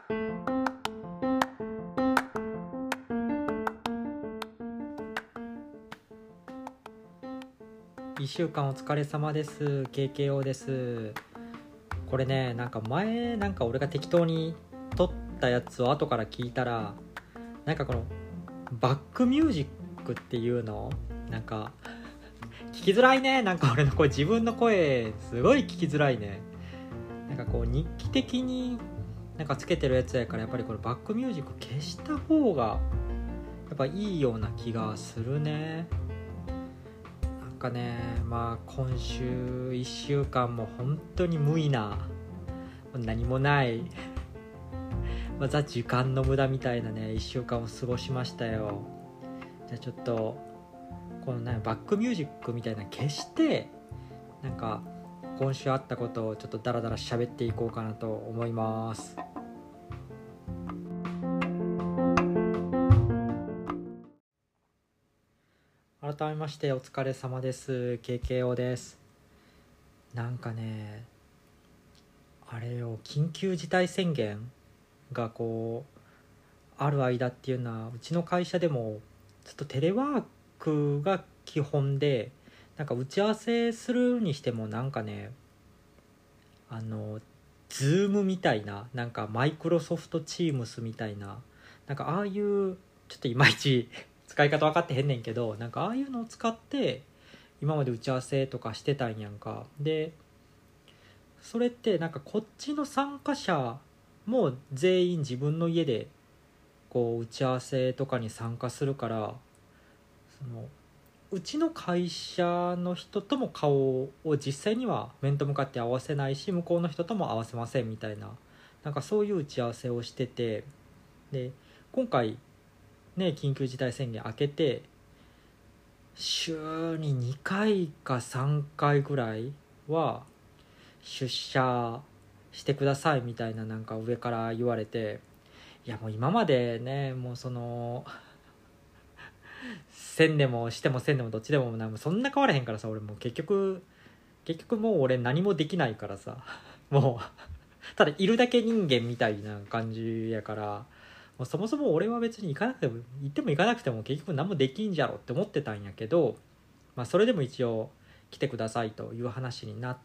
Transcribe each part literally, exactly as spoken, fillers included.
いっしゅうかんお疲れ様です。 ケーケーオー です。これね、なんか前なんか俺が適当に撮ったやつを後から聞いたら、なんかこのバックミュージックっていうのなんか聞きづらいね。なんか俺の声、自分の声すごい聞きづらいね。なんかこう日記的になんかつけてるやつやから、やっぱりこれバックミュージック消した方がやっぱいいような気がするね。なんかね、まあ今週いっしゅうかんも本当に無意な、何もないまあザ時間の無駄みたいなねいっしゅうかんを過ごしましたよ。じゃあちょっとこのねバックミュージックみたいな消して、なんか今週あったことをちょっとダラダラ喋っていこうかなと思います。改めましてお疲れ様です。 ケーケーオー です。なんかね、あれよ、緊急事態宣言がこうある間っていうのは、うちの会社でもちょっとテレワークが基本で、なんか打ち合わせするにしてもなんかね、あのズームみたいな、なんかマイクロソフトチームスみたいな、なんかああいう、ちょっといまいち使い方分かってへんねんけど、なんかああいうのを使って今まで打ち合わせとかしてたんやんか。でそれってなんかこっちの参加者も全員自分の家でこう打ち合わせとかに参加するから、そのうちの会社の人とも顔を実際には面と向かって合わせないし、向こうの人とも合わせませんみたいな、なんかそういう打ち合わせをしてて、で今回ね緊急事態宣言明けて週ににかいかさんかいぐらいは出社してくださいみたいな、なんか上から言われて、いやもう今までね、もうそのせんでもしてもせんでもどっちでもな、そんな変わらへんからさ、俺もう結局結局もう俺何もできないからさ、もうただいるだけ人間みたいな感じやから、もうそもそも俺は別に行かなくても、行っても行かなくても結局何もできんじゃろって思ってたんやけど、まあそれでも一応来てくださいという話になって、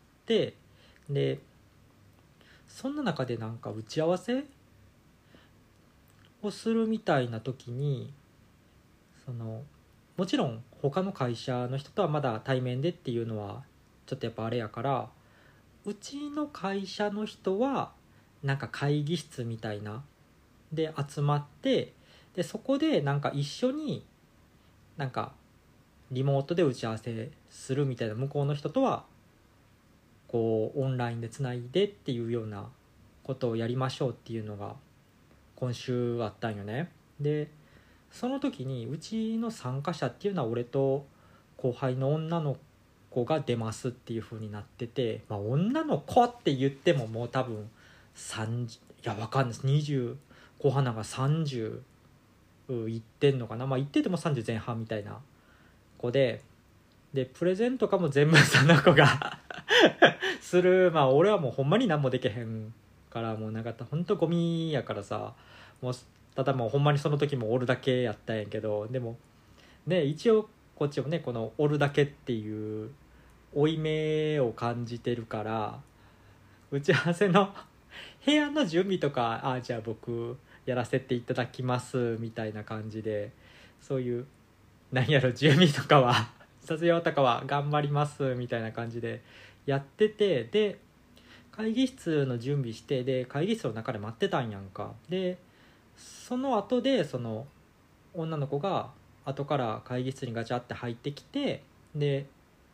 でそんな中でなんか打ち合わせをするみたいな時に、そのもちろん他の会社の人とはまだ対面でっていうのはちょっとやっぱあれやから、うちの会社の人はなんか会議室みたいなで集まって、でそこでなんか一緒になんかリモートで打ち合わせするみたいな、向こうの人とはこうオンラインでつないでっていうようなことをやりましょうっていうのが今週あったんよね。でその時にうちの参加者っていうのは俺と後輩の女の子が出ますっていう風になってて、まあ女の子って言ってももう多分さんじゅう、いやわかんないです、にじゅう後半なんかさんじゅういってんのかな、まあ言っててもさんじゅう前半みたいな子で、でプレゼントとかも全部その子がする。まあ俺はもうほんまに何もできへんから、もうなんかほんとゴミやからさ、もうただもうほんまにその時もおるだけやったんやけど、でもね一応こっちもねこのおるだけっていう負い目を感じてるから、打ち合わせの部屋の準備とか、あじゃあ僕やらせていただきますみたいな感じで、そういう何やろ準備とかは卒業とかは頑張りますみたいな感じでやってて、で会議室の準備して、で会議室の中で待ってたんやんか。でその後でその女の子が後から会議室にガチャって入ってきて、で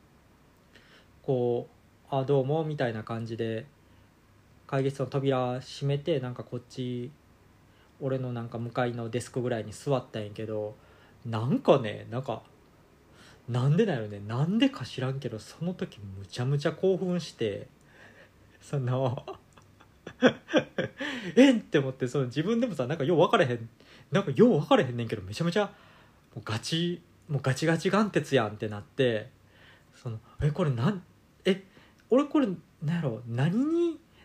こうあどうもみたいな感じで会議室の扉閉めて、なんかこっち俺のなんか向かいのデスクぐらいに座ったんやけど、なんかねなんかなんでだよね、なんでか知らんけどその時むちゃむちゃ興奮して、そのえんって思って、その自分でもさなんかよう分かれへん、なんかよう分かれへんねんけど、めちゃめちゃもうガチもうガチガチ眼鉄やんってなって、そのえこれなんえ俺これなんやろ何に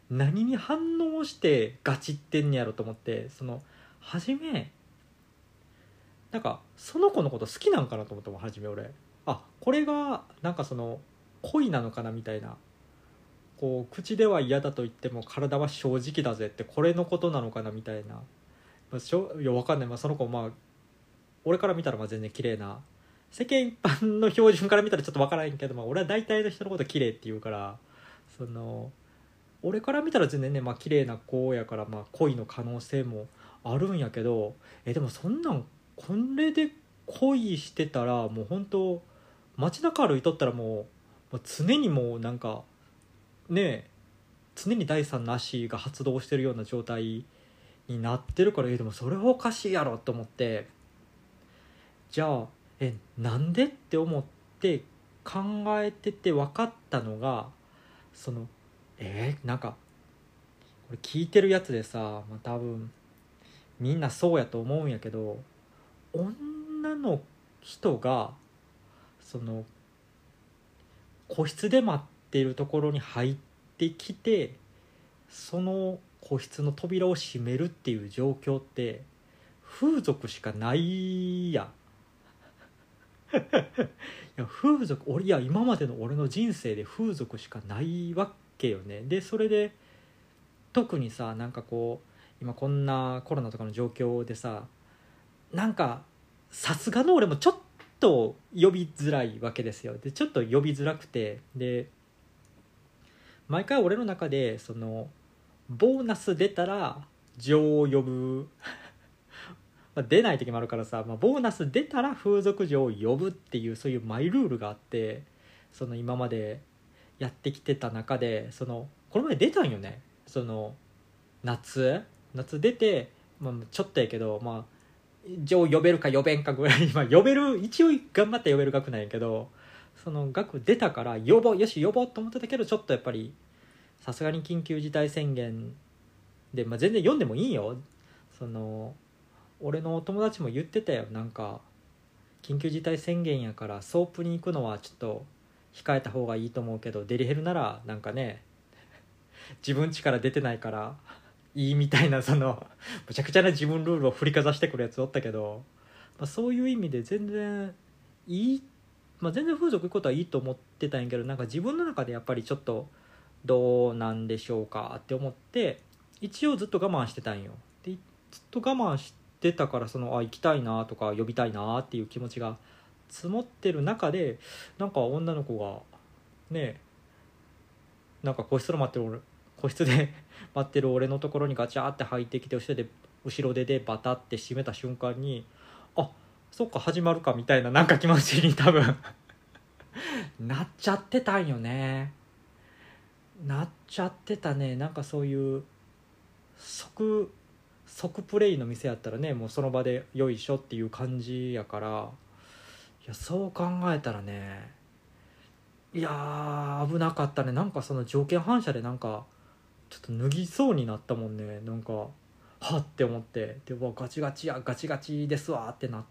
何に反応してガチってんねやろと思って、その初めなんかその子のこと好きなんかなと思ったもん初め俺。あ、これがなんかその恋なのかなみたいな、こう口では嫌だと言っても体は正直だぜってこれのことなのかなみたいな、まあ、しょいやわかんない、まあ、その子まあ俺から見たらまあ全然綺麗な、世間一般の標準から見たらちょっとわからんけど、まあ、俺は大体の人のこと綺麗って言うから、その俺から見たら全然ね、まあ綺麗な子やから、まあ恋の可能性もあるんやけど、えでもそんなんこれで恋してたらもう本当街中歩いとったらもう、もう常にもうなんかねえ、常に第三の足が発動してるような状態になってるから、えでもそれはおかしいやろと思って、じゃあえなんでって思って考えてて分かったのが、そのえー、なんかこれ聞いてるやつでさ、まあ、多分みんなそうやと思うんやけど、女の人がその個室で待っているところに入ってきて、その個室の扉を閉めるっていう状況って風俗しかないやん。いや風俗俺いや今までの俺の人生で風俗しかないわけよね。でそれで特にさ、なんかこう今こんなコロナとかの状況でさ、なんかさすがの俺もちょっと呼びづらいわけですよ。でちょっと呼びづらくて、で毎回俺の中でそのボーナス出たら女王を呼ぶまあ出ない時もあるからさ、まあ、ボーナス出たら風俗嬢を呼ぶっていうそういうマイルールがあって、その今までやってきてた中で、そのこの前出たんよね。その夏夏出て、まあ、ちょっとやけど、まあ嬢呼べるか呼べんかぐらい、まあ、呼べる一応頑張って呼べる額なんやけど、その額出たから呼ぼうよし呼ぼうと思ってたけど、ちょっとやっぱりさすがに緊急事態宣言で、まあ、全然読んでもいいよ。その俺の友達も言ってたよ。なんか緊急事態宣言やからソープに行くのはちょっと控えた方がいいと思うけど、デリヘルならなんかね自分家から出てないからいいみたいな、そのむちゃくちゃな自分ルールを振りかざしてくるやつおったけど、まあ、そういう意味で全然いい、まあ、全然風俗行くことはいいと思ってたんやけど、なんか自分の中でやっぱりちょっとどうなんでしょうかって思って一応ずっと我慢してたんよ。でずっと我慢してたから、そのあ行きたいなとか呼びたいなっていう気持ちが積もってる中で、なんか女の子がね、なんか個室の待ってる俺個室で待ってる俺のところにガチャーって入ってきて、後ろで後ろ手でバタって閉めた瞬間に、あそっか始まるかみたいな、なんか気持ちに多分なっちゃってたんよね。なっちゃってたね。なんかそういう即即プレイの店やったらね、もうその場でよいしょっていう感じやから、いやそう考えたらね、いやー危なかったね。なんかその条件反射でなんかちょっと脱ぎそうになったもんね。なんかはって思って、でわガチガチやガチガチですわってなって、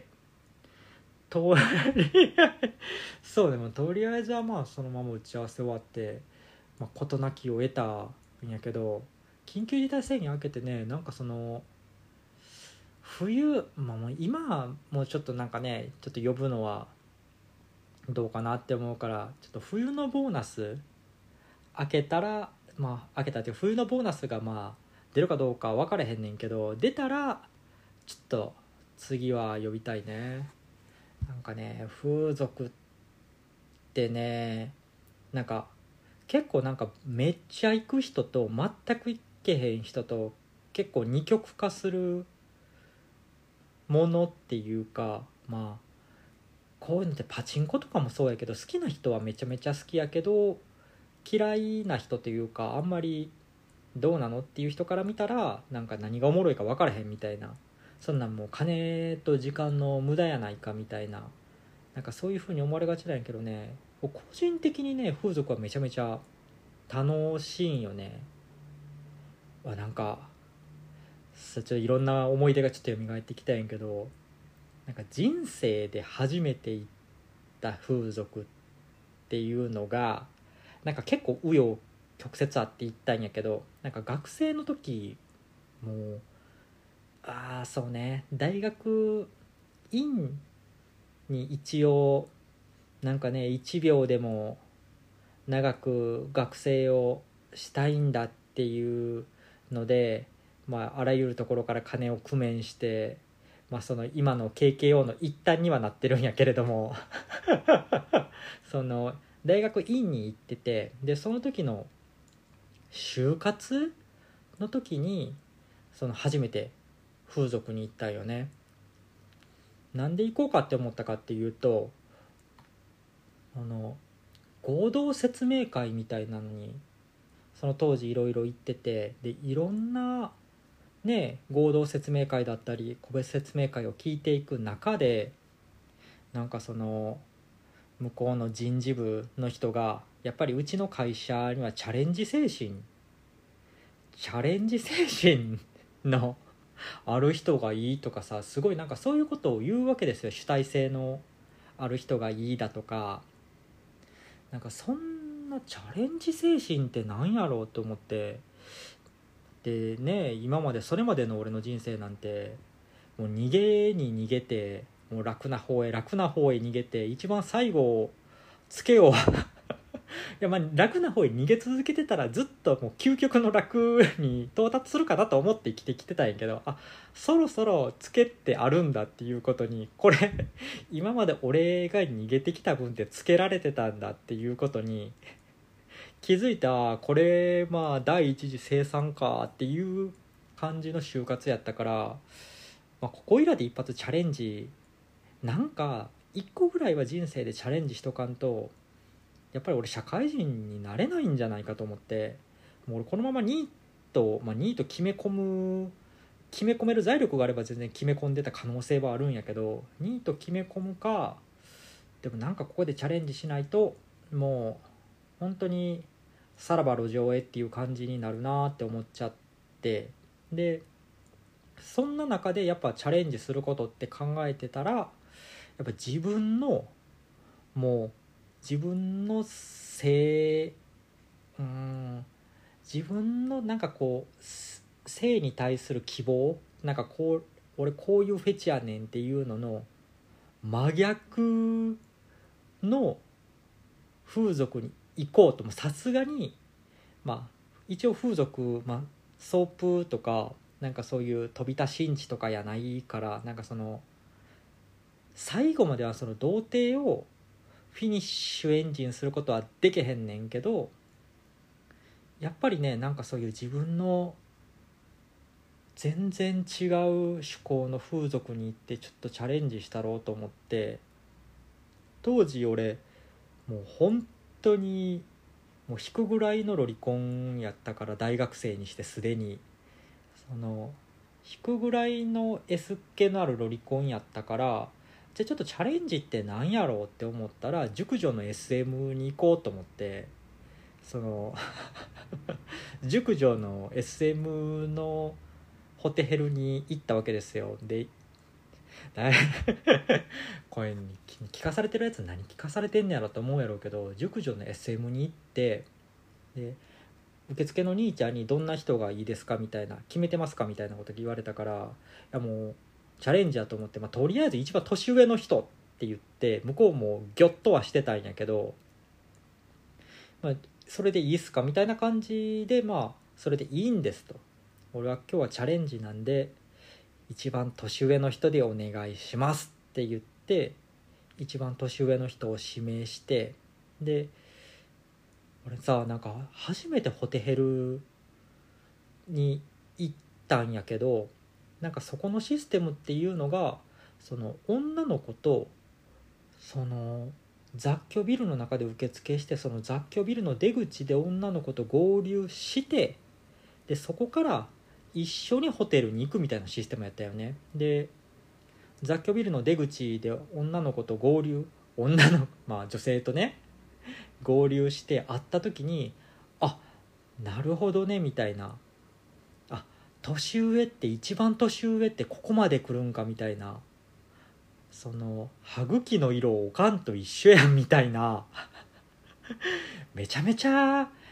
とりあえずそうでもとりあえずはまあそのまま打ち合わせ終わって、まあ、事なきを得たんやけど、緊急事態宣言明けてね、なんかその冬、まあ、もう今もうちょっとなんかねちょっと呼ぶのはどうかなって思うから、ちょっと冬のボーナス開けたら、まあ開けたっていう冬のボーナスがまあ出るかどうか分からへんねんけど、出たらちょっと次は呼びたいね。なんかね風俗ってね、なんか結構なんかめっちゃ行く人と全く行けへん人と結構二極化するものっていうか、まあこういうのってパチンコとかもそうやけど、好きな人はめちゃめちゃ好きやけど嫌いな人っていうか、あんまりどうなのっていう人から見たらなんか何がおもろいか分からへんみたいな、そんなんもう金と時間の無駄やないかみたいな、なんかそういう風に思われがちなんやけどね、個人的にね風俗はめちゃめちゃ楽しいんよね。わなんかちょっといろんな思い出がちょっと蘇ってきたんやけど、なんか人生で初めて行った風俗っていうのがなんか結構紆余曲折あって行ったんやけど、なんか学生の時もうああそうね、大学院に一応なんかねいちびょうでも長く学生をしたいんだっていうので、まあ、あらゆるところから金を工面して、まあ、その今の ケーケーオー の一端にはなってるんやけれどもその大学院に行ってて、でその時の就活の時にその初めて風俗に行ったよね。なんで行こうかって思ったかっていうと、あの合同説明会みたいなのにその当時いろいろ行ってて、でいろんなね合同説明会だったり個別説明会を聞いていく中で、なんかその向こうの人事部の人がやっぱりうちの会社にはチャレンジ精神チャレンジ精神のある人がいいとかさ、すごいなんかそういうことを言うわけですよ。主体性のある人がいいだとか、なんかそんなチャレンジ精神ってなんやろうと思って、でね今までそれまでの俺の人生なんてもう逃げに逃げて、もう楽な方へ楽な方へ逃げて、一番最後つけをいやまあ楽な方へ逃げ続けてたらずっともう究極の楽に到達するかなと思って生きてきてたんやけど、あそろそろつけってあるんだっていうことに、これ今まで俺が逃げてきた分ってつけられてたんだっていうことに気づいた。これまあ第一次生産かっていう感じの就活やったから、まあ、ここいらで一発チャレンジ、なんか一個ぐらいは人生でチャレンジしとかんとやっぱり俺社会人になれないんじゃないかと思って、もう俺このままニート、まあ、ニート決め込む決め込める財力があれば全然決め込んでた可能性はあるんやけど、ニート決め込むか、でもなんかここでチャレンジしないともう本当にさらば路上へっていう感じになるなって思っちゃって、でそんな中でやっぱチャレンジすることって考えてたら、やっぱ自分のもう自分の性うーん自分のなんかこう性に対する希望、なんかこう俺こういうフェチやねんっていうのの真逆の風俗に行こうとも、さすがにまあ一応風俗、まあ、ソープとかなんかそういう飛び出しんちとかやないから、なんかその最後まではその童貞をフィニッシュエンジンすることはできへんねんけど、やっぱりねなんかそういう自分の全然違う趣向の風俗に行ってちょっとチャレンジしたろうと思って、当時俺もう本当にもう引くぐらいのロリコンやったから、大学生にしてすでにその引くぐらいの S っ気のあるロリコンやったから、じゃあちょっとチャレンジってなんやろうって思ったら熟女の エスエム に行こうと思って、その熟女の エスエム のホテルに行ったわけですよ。でこれに聞かされてるやつ何聞かされてんねやろと思うやろうけど、熟女の エスエム に行って、で受付の兄ちゃんにどんな人がいいですかみたいな、決めてますかみたいなこと言われたから、いやもうチャレンジャーと思って、まあ、とりあえず一番年上の人って言って、向こうもギョッとはしてたんやけど、まあ、それでいいっすかみたいな感じで、まあそれでいいんですと、俺は今日はチャレンジなんで一番年上の人でお願いしますって言って、一番年上の人を指名して、で俺さなんか初めてホテルに行ったんやけど、なんかそこのシステムっていうのが、その女の子とその雑居ビルの中で受付して、その雑居ビルの出口で女の子と合流して、でそこから一緒にホテルに行くみたいなシステムやったよね。で雑居ビルの出口で女の子と合流、女のまあ女性とね合流して会った時に、あなるほどねみたいな、あ年上って一番年上ってここまで来るんかみたいな、その歯茎の色おかんと一緒やんみたいなめちゃめちゃ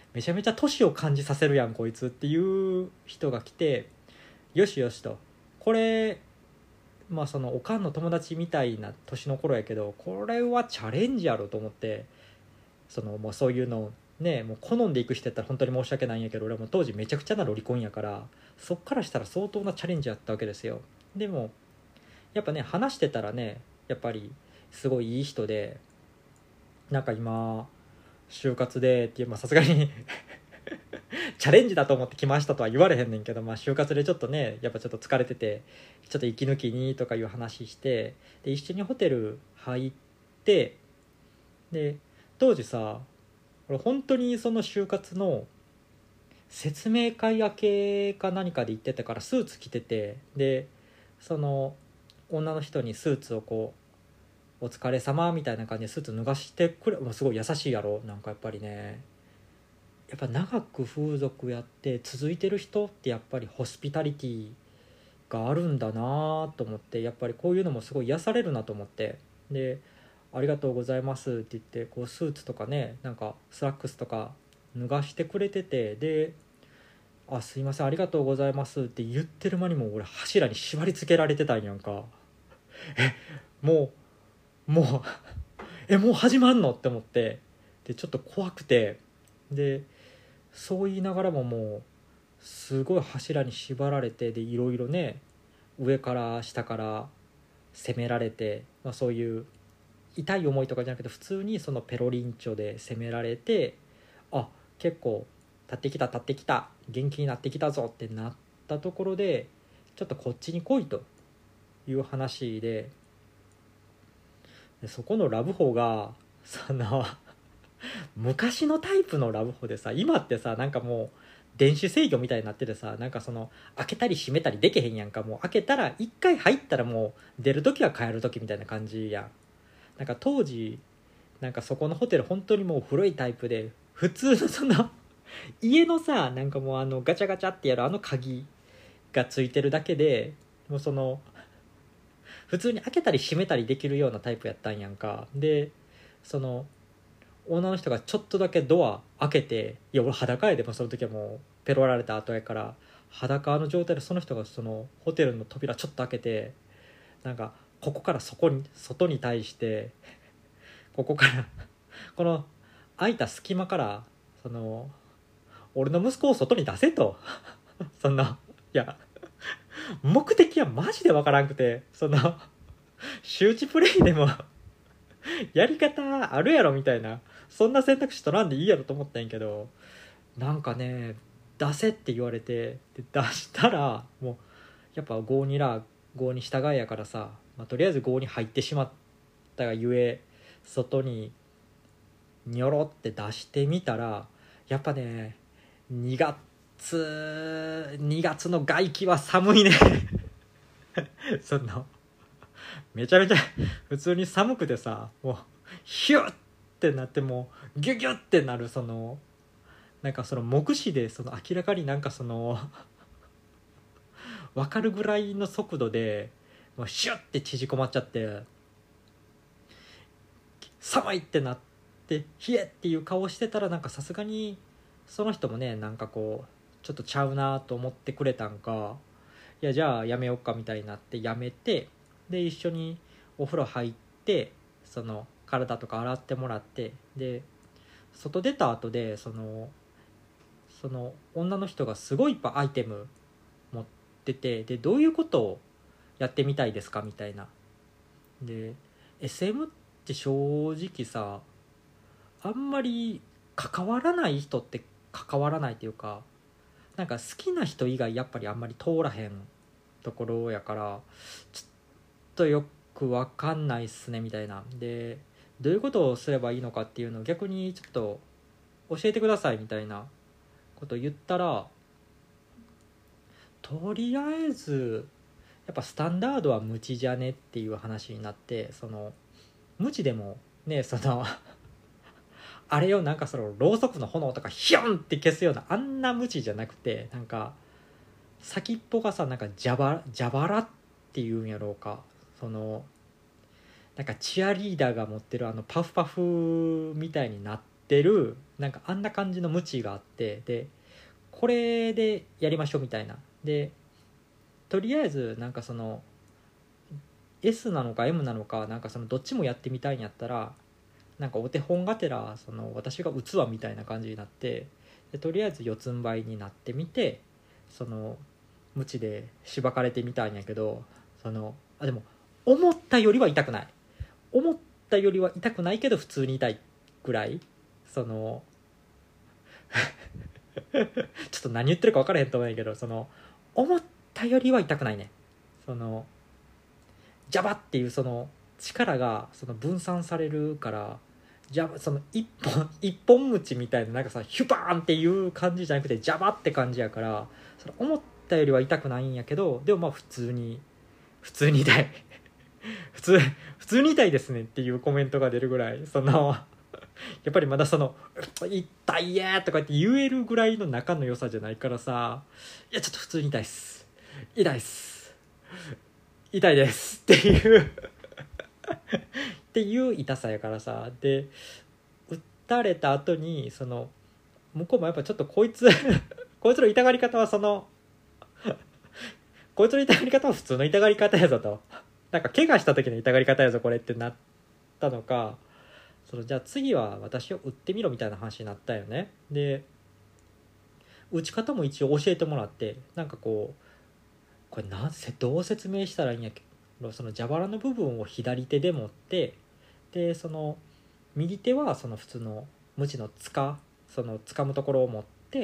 めちゃめちゃ年を感じさせるやんこいつっていう人が来て、よしよしと、これまあそのおかんの友達みたいな年の頃やけど、これはチャレンジやろと思って、そのもうそういうのをねもう好んでいく人やったら本当に申し訳ないんやけど、俺はもう当時めちゃくちゃなロリコンやから、そっからしたら相当なチャレンジやったわけですよ。でもやっぱね話してたらね、やっぱりすごいいい人で、なんか今就活でっていう、まあさすがにチャレンジだと思って来ましたとは言われへんねんけど、まあ就活でちょっとねやっぱちょっと疲れてて、ちょっと息抜きにとかいう話して、で一緒にホテル入って、で当時さ俺本当にその就活の説明会明けか何かで行ってたからスーツ着てて、でその女の人にスーツをこうお疲れ様みたいな感じでスーツ脱がしてくれ、もうすごい優しいやろ。なんかやっぱりね、やっぱ長く風俗やって続いてる人ってやっぱりホスピタリティがあるんだなと思って、やっぱりこういうのもすごい癒されるなと思って、でありがとうございますって言ってこうスーツとかねなんかスラックスとか脱がしてくれてて、であすいませんありがとうございますって言ってる間にもう俺柱に縛り付けられてたんやんか。もうもうえもう始まんのって思って、でちょっと怖くて、でそう言いながらももうすごい柱に縛られて、でいろいろね上から下から攻められて、まあ、そういう痛い思いとかじゃなくて普通にそのペロリンチョで攻められて、あ結構立ってきた立ってきた元気になってきたぞってなったところで、ちょっとこっちに来いという話で、でそこのラブホがその昔のタイプのラブホでさ、今ってさなんかもう電子制御みたいになっててさ、なんかその開けたり閉めたりできへんやんか。もう開けたら一回入ったらもう出るときは帰るときみたいな感じやん。なんか当時なんかそこのホテル本当にもう古いタイプで、普通のその家のさなんかもうあのガチャガチャってやるあの鍵がついてるだけで、もうその普通に開けたり閉めたりできるようなタイプやったんやんか。でその女の人がちょっとだけドア開けて、いや俺裸やでもその時はもうペロられた後やから裸の状態で、その人がそのホテルの扉ちょっと開けて、なんかここからそこに外に対してここからこの開いた隙間からその俺の息子を外に出せとそんないや目的はマジでわからんくて、その周知プレイでもやり方あるやろみたいな、そんな選択肢取らんでいいやろと思ったんやけど、なんかね出せって言われて、で出したらもうやっぱ郷にら郷に従いやからさ、まあ、とりあえず郷に入ってしまったがゆえ外にニョロって出してみたら、やっぱねにがつにがつの外気は寒いねそのめちゃめちゃ普通に寒くてさ、もうヒュッってなって、もうギュギュッってなる、そのなんかその目視でその明らかになんかその分かるぐらいの速度でもうシュッて縮こまっちゃって、寒いってなって冷えっていう顔してたら、なんかさすがにその人もねなんかこうちょっとちゃうなと思ってくれたんか、いやじゃあやめよっかみたいになってやめて、で一緒にお風呂入ってその体とか洗ってもらって、で外出た後でそのその女の人がすごいいっぱいアイテム持ってて、でどういうことをやってみたいですかみたいな。で エスエム って正直さあんまり関わらない人って関わらないっていうか、なんか好きな人以外やっぱりあんまり通らへんところやから、ちょっとよくわかんないっすねみたいな。でどういうことをすればいいのかっていうのを逆にちょっと教えてくださいみたいなことを言ったら、とりあえずやっぱスタンダードは無知じゃねっていう話になって、その無知でもねそのあれをなんかそのろうそくの炎とかヒョンって消すようなあんな無知じゃなくて、なんか先っぽがさなんか蛇腹蛇腹っていうんやろうか、そのなんかチアリーダーが持ってるあのパフパフみたいになってるなんかあんな感じのムチがあって、でこれでやりましょうみたいな。でとりあえずなんかその S なのか M なのか、なんかそのどっちもやってみたいんやったら、なんかお手本がてらその私が打つわみたいな感じになって、でとりあえず四つん這いになってみて、そのムチでしばかれてみたんやけど、そのあでも思ったよりは痛くない、思ったよりは痛くないけど普通に痛いぐらい、そのちょっと何言ってるか分からへんと思うんやけど、その思ったよりは痛くないね。そのジャバっていうその力がその分散されるから、ジャバその一本一本ムチみたいな、なんかさヒュバーンっていう感じじゃなくてジャバって感じやから、その思ったよりは痛くないんやけど、でもまあ普通に普通に痛い普通普通に痛いですねっていうコメントが出るぐらい、そのやっぱりまだその痛いやーとかって言えるぐらいの仲の良さじゃないからさ、いやちょっと普通に痛いっす、痛いっす、痛いですっていうっていう痛さやからさ。で打たれた後にその向こうもやっぱちょっとこいつこいつの痛がり方はそのこいつの痛がり方は普通の痛がり方やぞと、なんか怪我した時の痛がり方やぞこれってなったのか、そのじゃあ次は私を打ってみろみたいな話になったよね。で打ち方も一応教えてもらって、なんかこうこれなんせどう説明したらいいんやけど、その蛇腹の部分を左手で持って、でその右手はその普通の無地のつかその掴むところを持って、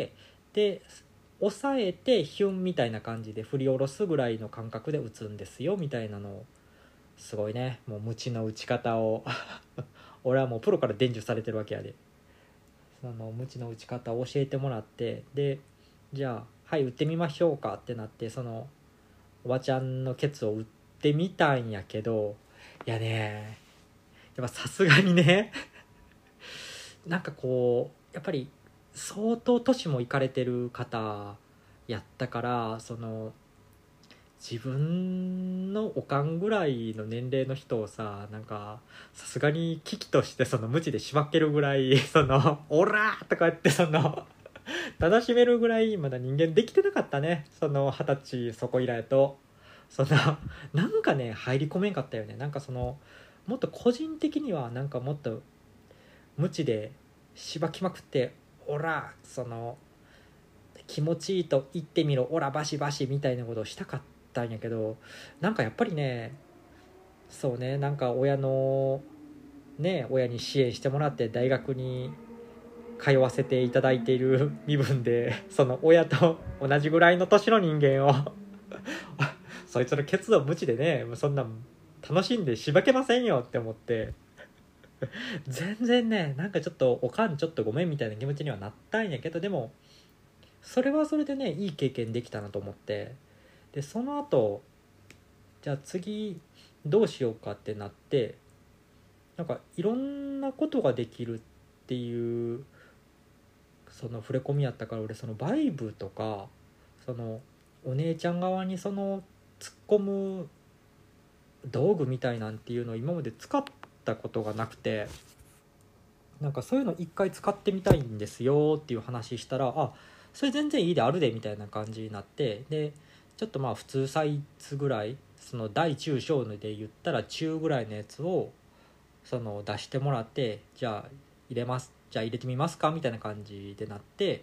で押さえてヒュンみたいな感じで振り下ろすぐらいの感覚で打つんですよみたいなのを、すごいね、もう無知の打ち方を俺はもうプロから伝授されてるわけやで。その無知の打ち方を教えてもらって、でじゃあはい打ってみましょうかってなって、そのおばちゃんのケツを打ってみたんやけど、いやねやっぱさすがにねなんかこうやっぱり相当年もいかれてる方やったから、その自分のおかんぐらいの年齢の人をさ、なんかさすがに危機としてその無知でしばけるぐらいそのオラーとか言ってその楽しめるぐらいまだ人間できてなかったね、その二十歳そこいらやと。そのなんかね入り込めんかったよね。なんかそのもっと個人的にはなんかもっと無知でしばきまくって、オラその気持ちいいと言ってみろオラバシバシみたいなことをしたかったんやけど、なんかやっぱりね、そうね、なんか親のね親に支援してもらって大学に通わせていただいている身分で、その親と同じぐらいの年の人間をそいつのケツを無知でね、そんな楽しんでしばけませんよって思って全然ね、なんかちょっとおかんちょっとごめんみたいな気持ちにはなったんやけど、でもそれはそれでねいい経験できたなと思って、でその後じゃあ次どうしようかってなって、なんかいろんなことができるっていうその触れ込みやったから、俺そのバイブとかそのお姉ちゃん側にその突っ込む道具みたいなんていうのを今まで使ったことがなくて、なんかそういうの一回使ってみたいんですよっていう話したら、あそれ全然いいであるでみたいな感じになって、でちょっとまあ普通サイズぐらい、その大中小で言ったら中ぐらいのやつをその出してもらって、じゃあ入れますじゃあ入れてみますかみたいな感じでなって、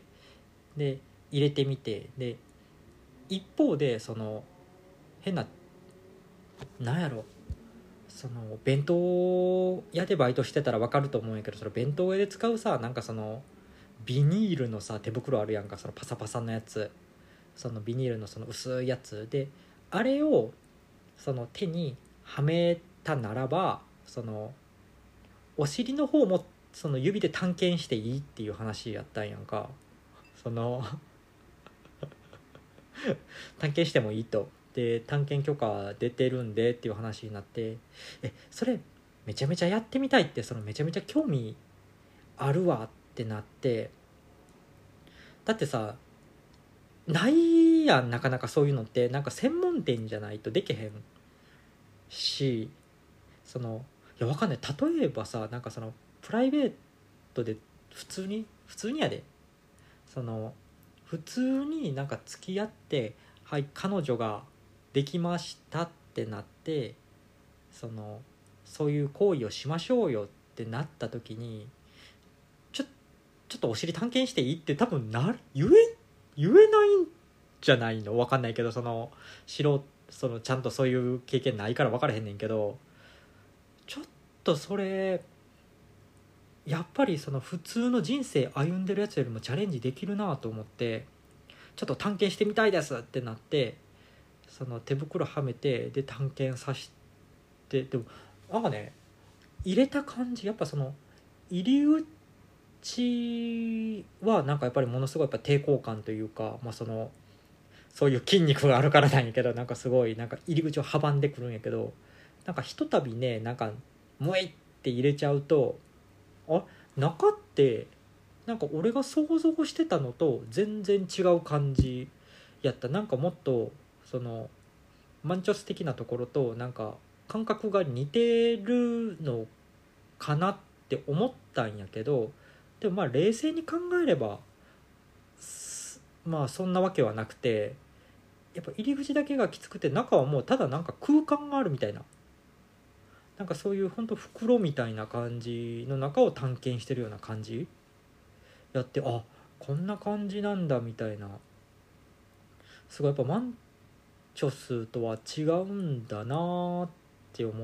で入れてみて、で一方でその変な、なんやろ、その弁当屋でバイトしてたら分かると思うんやけど、その弁当屋で使うさ、なんかそのビニールのさ手袋あるやんか、そのパサパサのやつ、そのビニールのその薄いやつで、あれをその手にはめたならば、そのお尻の方もその指で探検していいっていう話やったんやんか。その探検してもいいと、で探検許可出てるんでっていう話になって、えそれめちゃめちゃやってみたいって、そのめちゃめちゃ興味あるわってなって、だってさないやん、なかなかそういうのって、なんか専門店じゃないとできへんし、そのいやわかんない、例えばさ、なんかそのプライベートで普通に普通にやで、その普通になんか付き合って、はい彼女ができましたってなって、そのそういう行為をしましょうよってなった時に、ちょちょっとお尻探検していいって多分なる言え言えないんじゃないの、分かんないけど、その素人、そのちゃんとそういう経験ないから分からへんねんけど、ちょっとそれやっぱりその普通の人生歩んでるやつよりもチャレンジできるなと思って、ちょっと探検してみたいですってなって、その手袋はめて、で探検させて、でもなんかね、入れた感じ、やっぱその入り口はなんかやっぱりものすごいやっぱ抵抗感というか、まあ、そのそういう筋肉があるからなんやけど、なんかすごいなんか入り口を阻んでくるんやけど、なんかひとたびね、なんかムイって入れちゃうと、あ、中ってなんか俺が想像してたのと全然違う感じやった。なんかもっとそのマンチョス的なところとなんか感覚が似てるのかなって思ったんやけど、でもまあ冷静に考えればまあそんなわけはなくて、やっぱ入り口だけがきつくて、中はもうただなんか空間があるみたいな、なんかそういうほんと袋みたいな感じの中を探検してるような感じやって、あ、こんな感じなんだみたいな、すごいやっぱマンチョスとは違うんだなって思って、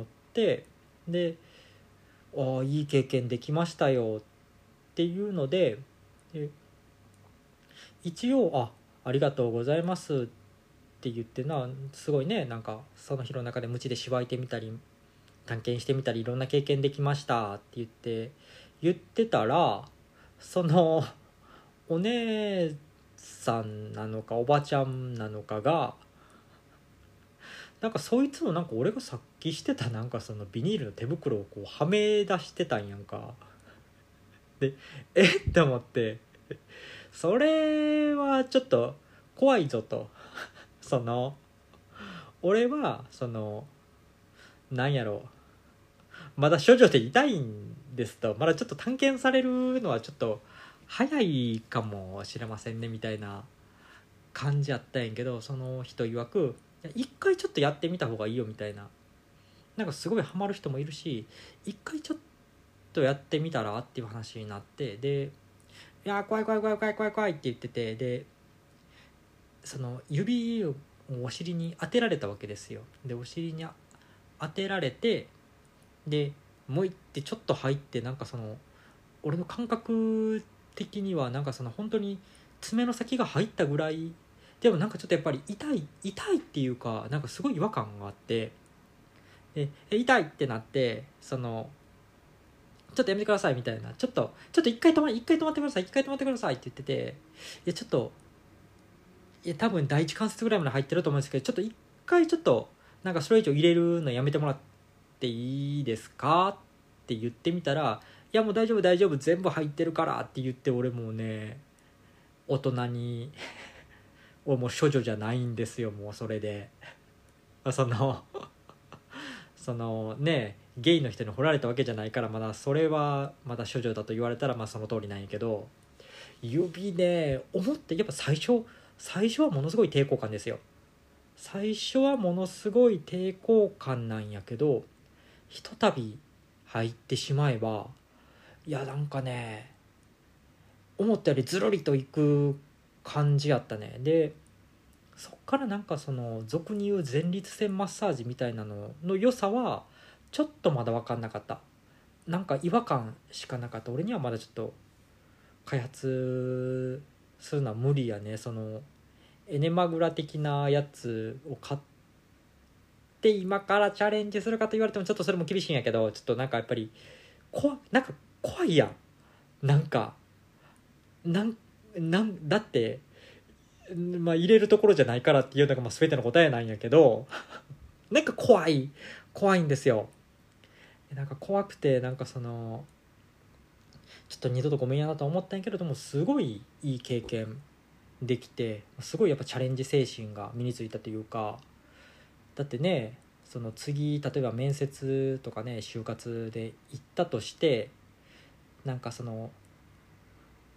で、ああいい経験できましたよっていうので、で一応あありがとうございますって言ってな、すごいね、なんかその日の中で無知でしばいてみたり探検してみたりいろんな経験できましたって言って言ってたら、そのお姉さんなのかおばちゃんなのかが、なんかそいつもなんか俺がさっきしてたなんかそのビニールの手袋をこうはめ出してたんやんか。で、えって思って、それはちょっと怖いぞと。その俺はそのなんやろう、まだ処女でいたいんですと、まだちょっと探検されるのはちょっと早いかもしれませんねみたいな感じやったんやけど、その人曰く一回ちょっとやってみた方がいいよみたいな、なんかすごいハマる人もいるし、一回ちょっとやってみたらっていう話になって、で、いや怖い怖い怖い怖い怖い怖いって言ってて、でその指をお尻に当てられたわけですよ。でお尻に当てられて、でもういってちょっと入って、なんかその俺の感覚的にはなんかその本当に爪の先が入ったぐらいでも、なんかちょっとやっぱり痛い痛いっていうか、なんかすごい違和感があって、で痛いってなって、そのちょっとやめてくださいみたいな、ちょっとちょっと一回止ま一回止まってください一回止まってくださいって言ってて、いやちょっといや多分第一関節ぐらいまで入ってると思うんですけど、ちょっと一回ちょっとなんかそれ以上入れるのやめてもらっていいですかって言ってみたら、いやもう大丈夫大丈夫全部入ってるからって言って、俺もうね大人に俺もう処女じゃないんですよ、もうそれでそのそのねゲイの人に掘られたわけじゃないから、まだそれはまだ処女だと言われたらまあその通りなんやけど、指ね思ってやっぱ最初最初はものすごい抵抗感ですよ。最初はものすごい抵抗感なんやけど、ひとたび入ってしまえば、いやなんかね思ったよりずるりといく感じやったね。でそっからなんかその俗に言う前立腺マッサージみたいなのの良さはちょっとまだ分かんなかった。なんか違和感しかなかった。俺にはまだちょっと開発するのは無理やね。そのエネマグラ的なやつを買って今からチャレンジするかと言われてもちょっとそれも厳しいんやけど、ちょっとなんかやっぱりこなんか怖いやん。なんかなんなんだってまあ入れるところじゃないからっていうのがまあ全ての答えなんやけどなんか怖い怖いんですよ。なんか怖くて、なんかそのちょっと二度とごめんやなと思ったんやけれども、すごいいい経験できて、すごいやっぱチャレンジ精神が身についたというか、だってねその次例えば面接とかね就活で行ったとして、なんかその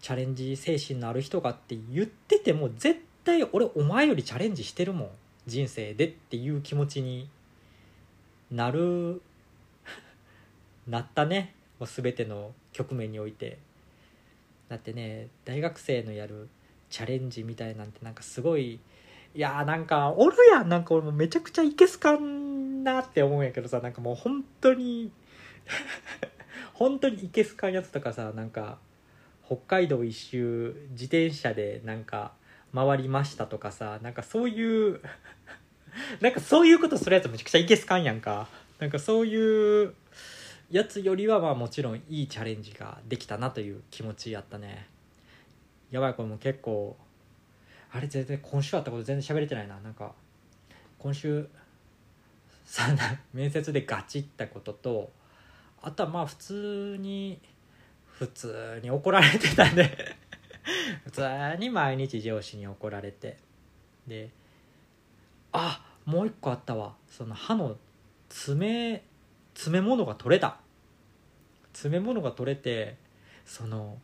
チャレンジ精神のある人がって言ってても、絶対俺お前よりチャレンジしてるもん人生でっていう気持ちになるなったね。もう全ての局面において。だってね、大学生のやるチャレンジみたいなんてなんかすごい、いやーなんかおるやん、なんか俺もめちゃくちゃいけすかんなって思うんやけどさ、なんかもう本当に本当にいけすかんやつとかさ、なんか北海道一周自転車でなんか回りましたとかさ、なんかそういうなんかそういうことするやつめちゃくちゃいけすかんやんか。なんかそういうやつよりはまあもちろんいいチャレンジができたなという気持ちやったね。やばい、これもう結構あれ全然今週あったこと全然喋れてないな。なんか今週さ面接でガチったことと、あとはまあ普通に普通に怒られてたんで普通に毎日上司に怒られて、であもう一個あったわ。その歯の爪詰め物が取れた詰め物が取れて、その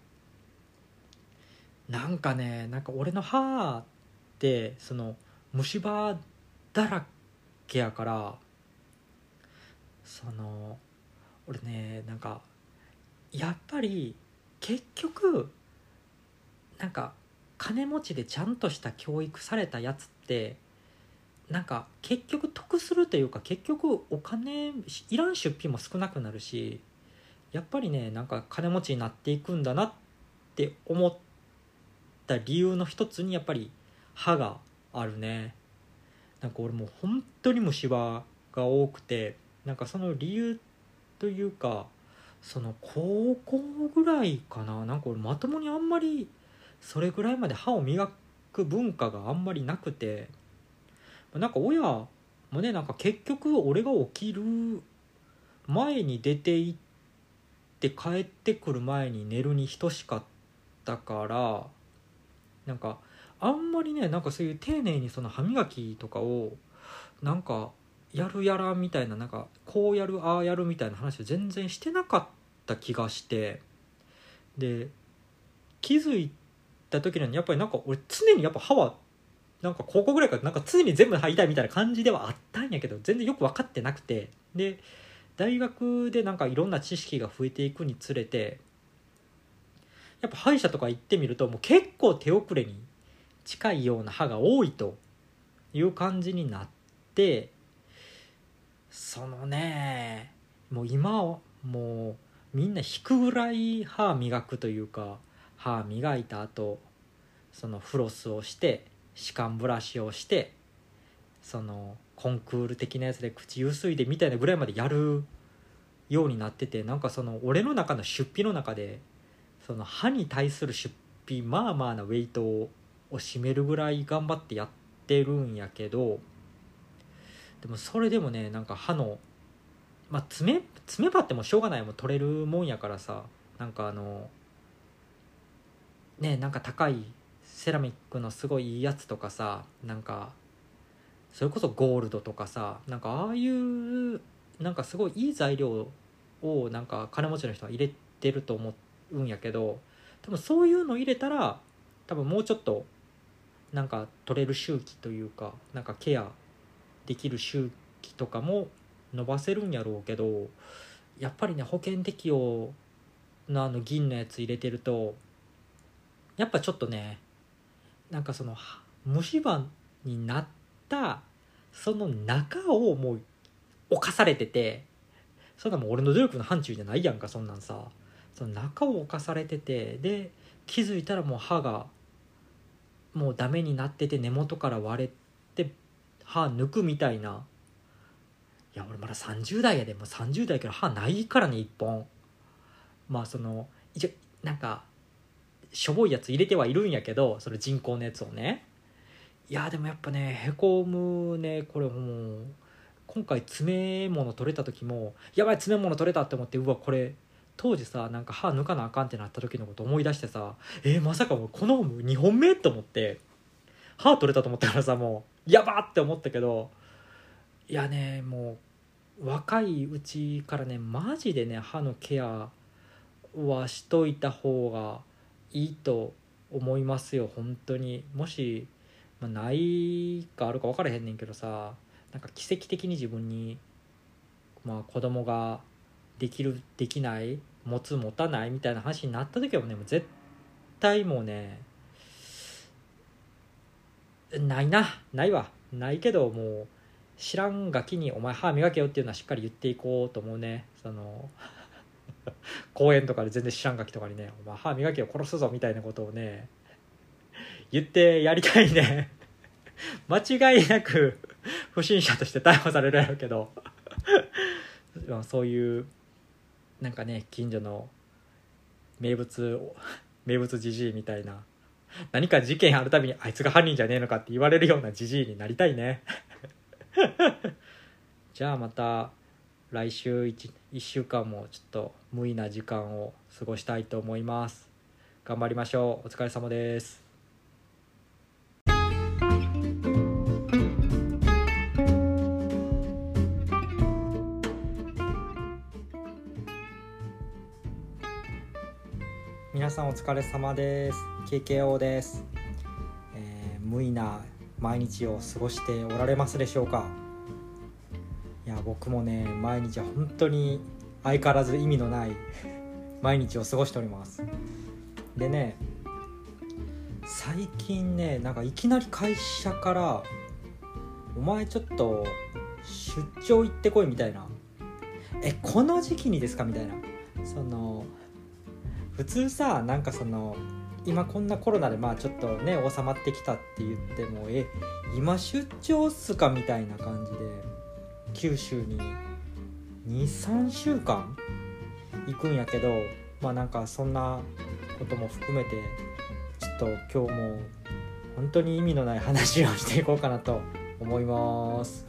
なんかね、なんか俺の歯ってその虫歯だらけやから、その俺ね、なんかやっぱり結局なんか金持ちでちゃんとした教育されたやつってなんか結局得するというか、結局お金いらん出費も少なくなるし、やっぱりねなんか金持ちになっていくんだなって思った理由の一つにやっぱり歯があるね。なんか俺もう本当に虫歯が多くて、なんかその理由というか、その高校ぐらいかな、なんか俺まともにあんまりそれぐらいまで歯を磨く文化があんまりなくて、なんか親もね、なんか結局俺が起きる前に出て行って帰ってくる前に寝るに等しかったから、なんかあんまりね、なんかそういう丁寧にその歯磨きとかをなんかやるやらみたいな、なんかこうやるああやるみたいな話を全然してなかった気がして、で気づいた時にやっぱりなんか俺常にやっぱ歯はなんか高校ぐらいからなんか常に全部歯痛いみたいな感じではあったんやけど、全然よく分かってなくて、で大学でなんかいろんな知識が増えていくにつれて、やっぱ歯医者とか行ってみるともう結構手遅れに近いような歯が多いという感じになって、そのねもう今はもうみんな引くぐらい歯磨くというか、歯磨いた後そのフロスをして歯間ブラシをしてそのコンクール的なやつで口ゆすいでみたいなぐらいまでやるようになってて、なんかその俺の中の出費の中でその歯に対する出費まあまあなウェイトを占めるぐらい頑張ってやってるんやけど、でもそれでもねなんか歯のまあ爪爪歯ってもうしょうがない、もう取れるもんやからさ、なんかあのねなんか高いセラミックのすごいいいやつとかさ、なんかそれこそゴールドとかさ、なんかああいうなんかすごいいい材料をなんか金持ちの人は入れてると思うんやけど、多分そういうの入れたら多分もうちょっとなんか取れる周期というか、なんかケアできる周期とかも伸ばせるんやろうけど、やっぱりね保険適用のあの銀のやつ入れてるとやっぱちょっとねなんかその虫歯になったその中をもう侵されてて、そんなもう俺の努力の範疇じゃないやんか、そんなんさ。その中を侵されてて、で気づいたらもう歯がもうダメになってて根元から割れて歯抜くみたいな。いや俺まださんじゅう代やで、もうさんじゅう代から歯ないからねいっぽん。まあその一応なんかしょぼいやつ入れてはいるんやけど、それ人工のやつをね。いやでもやっぱねへこむねこれ。もう今回詰め物取れた時もやばい詰め物取れたって思って、うわこれ当時さなんか歯抜かなあかんってなった時のこと思い出してさ、えー、まさかもうこのにほんめと思って歯取れたと思ったからさ、もうやばって思ったけど、いやねもう若いうちからねマジでね歯のケアはしといた方がいいと思いますよ本当に。もし、まあ、ないかあるか分からへんねんけどさ、なんか奇跡的に自分に、まあ、子供ができるできない、持つ持たないみたいな話になった時はね、もう絶対もうね、ないなないわないけど、もう知らんガキにお前歯磨けよっていうのはしっかり言っていこうと思うね。その公園とかで全然知らんガキとかにね、お前歯磨けよ殺すぞみたいなことをね言ってやりたいね間違いなく不審者として逮捕されるやろうけどそういうなんかね、近所の名物名物じじいみたいな、何か事件あるたびにあいつが犯人じゃねえのかって言われるようなじじいになりたいねじゃあまた来週 1, 1週間もちょっと無意な時間を過ごしたいと思います。頑張りましょう。お疲れ様です。皆さんお疲れ様です。 ケーケーオー です、えー、無意な毎日を過ごしておられますでしょうか。いや僕もね、毎日は本当に相変わらず意味のない毎日を過ごしております。でね、最近ね、なんかいきなり会社からお前ちょっと出張行ってこいみたいな、えこの時期にですかみたいな。その普通さ、なんかその今こんなコロナでまあちょっとね収まってきたって言っても、え今出張っすかみたいな感じで九州に に,さん 週間行くんやけど、まあなんかそんなことも含めてちょっと今日も本当に意味のない話をしていこうかなと思います。